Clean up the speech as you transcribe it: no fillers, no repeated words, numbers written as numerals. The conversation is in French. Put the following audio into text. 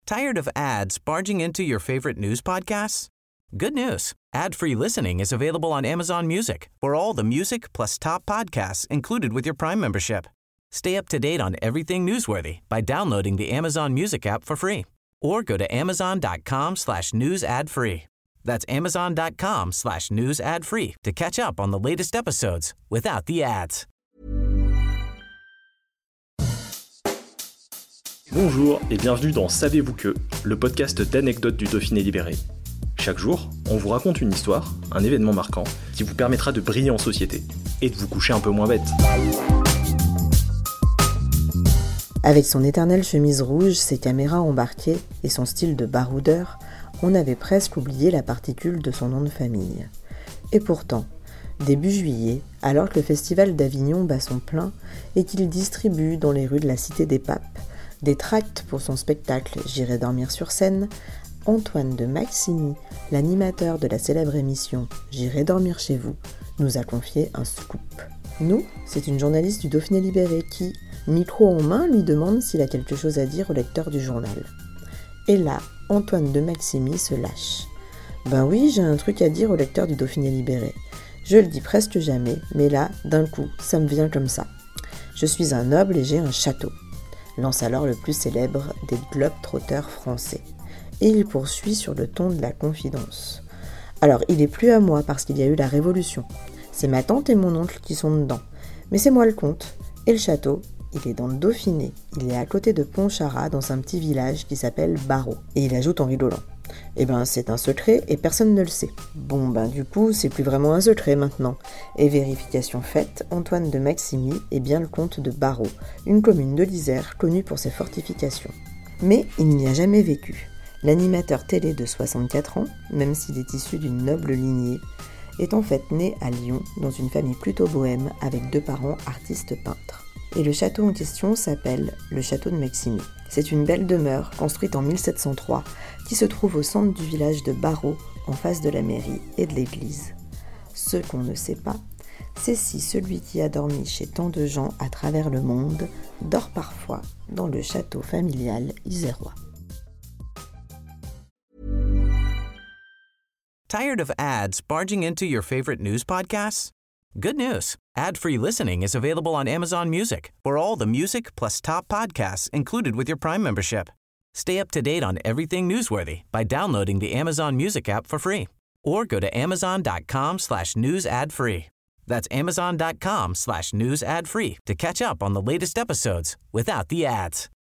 Tired of ads barging into your favorite news podcasts? Good news. Ad-free listening is available on Amazon Music for all the music plus top podcasts included with your Prime membership. Stay up to date on everything newsworthy by downloading the Amazon Music app for free or go to amazon.com/news ad free. That's amazon.com/news ad free to catch up on the latest episodes without the ads. Bonjour et bienvenue dans Savez-vous que, le podcast d'anecdotes du Dauphiné libéré. Chaque jour, on vous raconte une histoire, un événement marquant, qui vous permettra de briller en société et de vous coucher un peu moins bête. Avec son éternelle chemise rouge, ses caméras embarquées et son style de baroudeur, on avait presque oublié la particule de son nom de famille. Et pourtant, début juillet, alors que le festival d'Avignon bat son plein et qu'il distribue dans les rues de la Cité des Papes des tracts pour son spectacle « J'irai dormir sur scène », Antoine de Maximi, l'animateur de la célèbre émission « J'irai dormir chez vous », nous a confié un scoop. Nous, c'est une journaliste du Dauphiné libéré qui, micro en main, lui demande s'il a quelque chose à dire au lecteur du journal. Et là, Antoine de Maximi se lâche. Ben oui, j'ai un truc à dire au lecteur du Dauphiné libéré. Je le dis presque jamais, mais là, d'un coup, ça me vient comme ça. Je suis un noble et j'ai un château. Lance alors le plus célèbre des globetrotters français. Et il poursuit sur le ton de la confidence. Alors, il est plus à moi parce qu'il y a eu la Révolution. C'est ma tante et mon oncle qui sont dedans. Mais c'est moi le comte. Et le château, il est dans le Dauphiné. Il est à côté de Pontcharrat, dans un petit village qui s'appelle Barreau. Et il ajoute en rigolant. Eh ben, c'est un secret et personne ne le sait. Bon, ben du coup, c'est plus vraiment un secret maintenant. Et vérification faite, Antoine de Maximi est bien le comte de Barreau, une commune de l'Isère connue pour ses fortifications. Mais il n'y a jamais vécu. L'animateur télé de 64 ans, même s'il est issu d'une noble lignée, est en fait né à Lyon, dans une famille plutôt bohème, avec 2 parents artistes peintres. Et le château en question s'appelle le château de Maximi. C'est une belle demeure, construite en 1703, qui se trouve au centre du village de Barreau, en face de la mairie et de l'église. Ce qu'on ne sait pas, c'est si celui qui a dormi chez tant de gens à travers le monde dort parfois dans le château familial isérois. Tired of ads barging into your favorite news podcasts? Good news. Ad-free listening is available on Amazon Music for all the music plus top podcasts included with your Prime membership. Stay up to date on everything newsworthy by downloading the Amazon Music app for free or go to amazon.com/news ad free. That's amazon.com/news ad free to catch up on the latest episodes without the ads.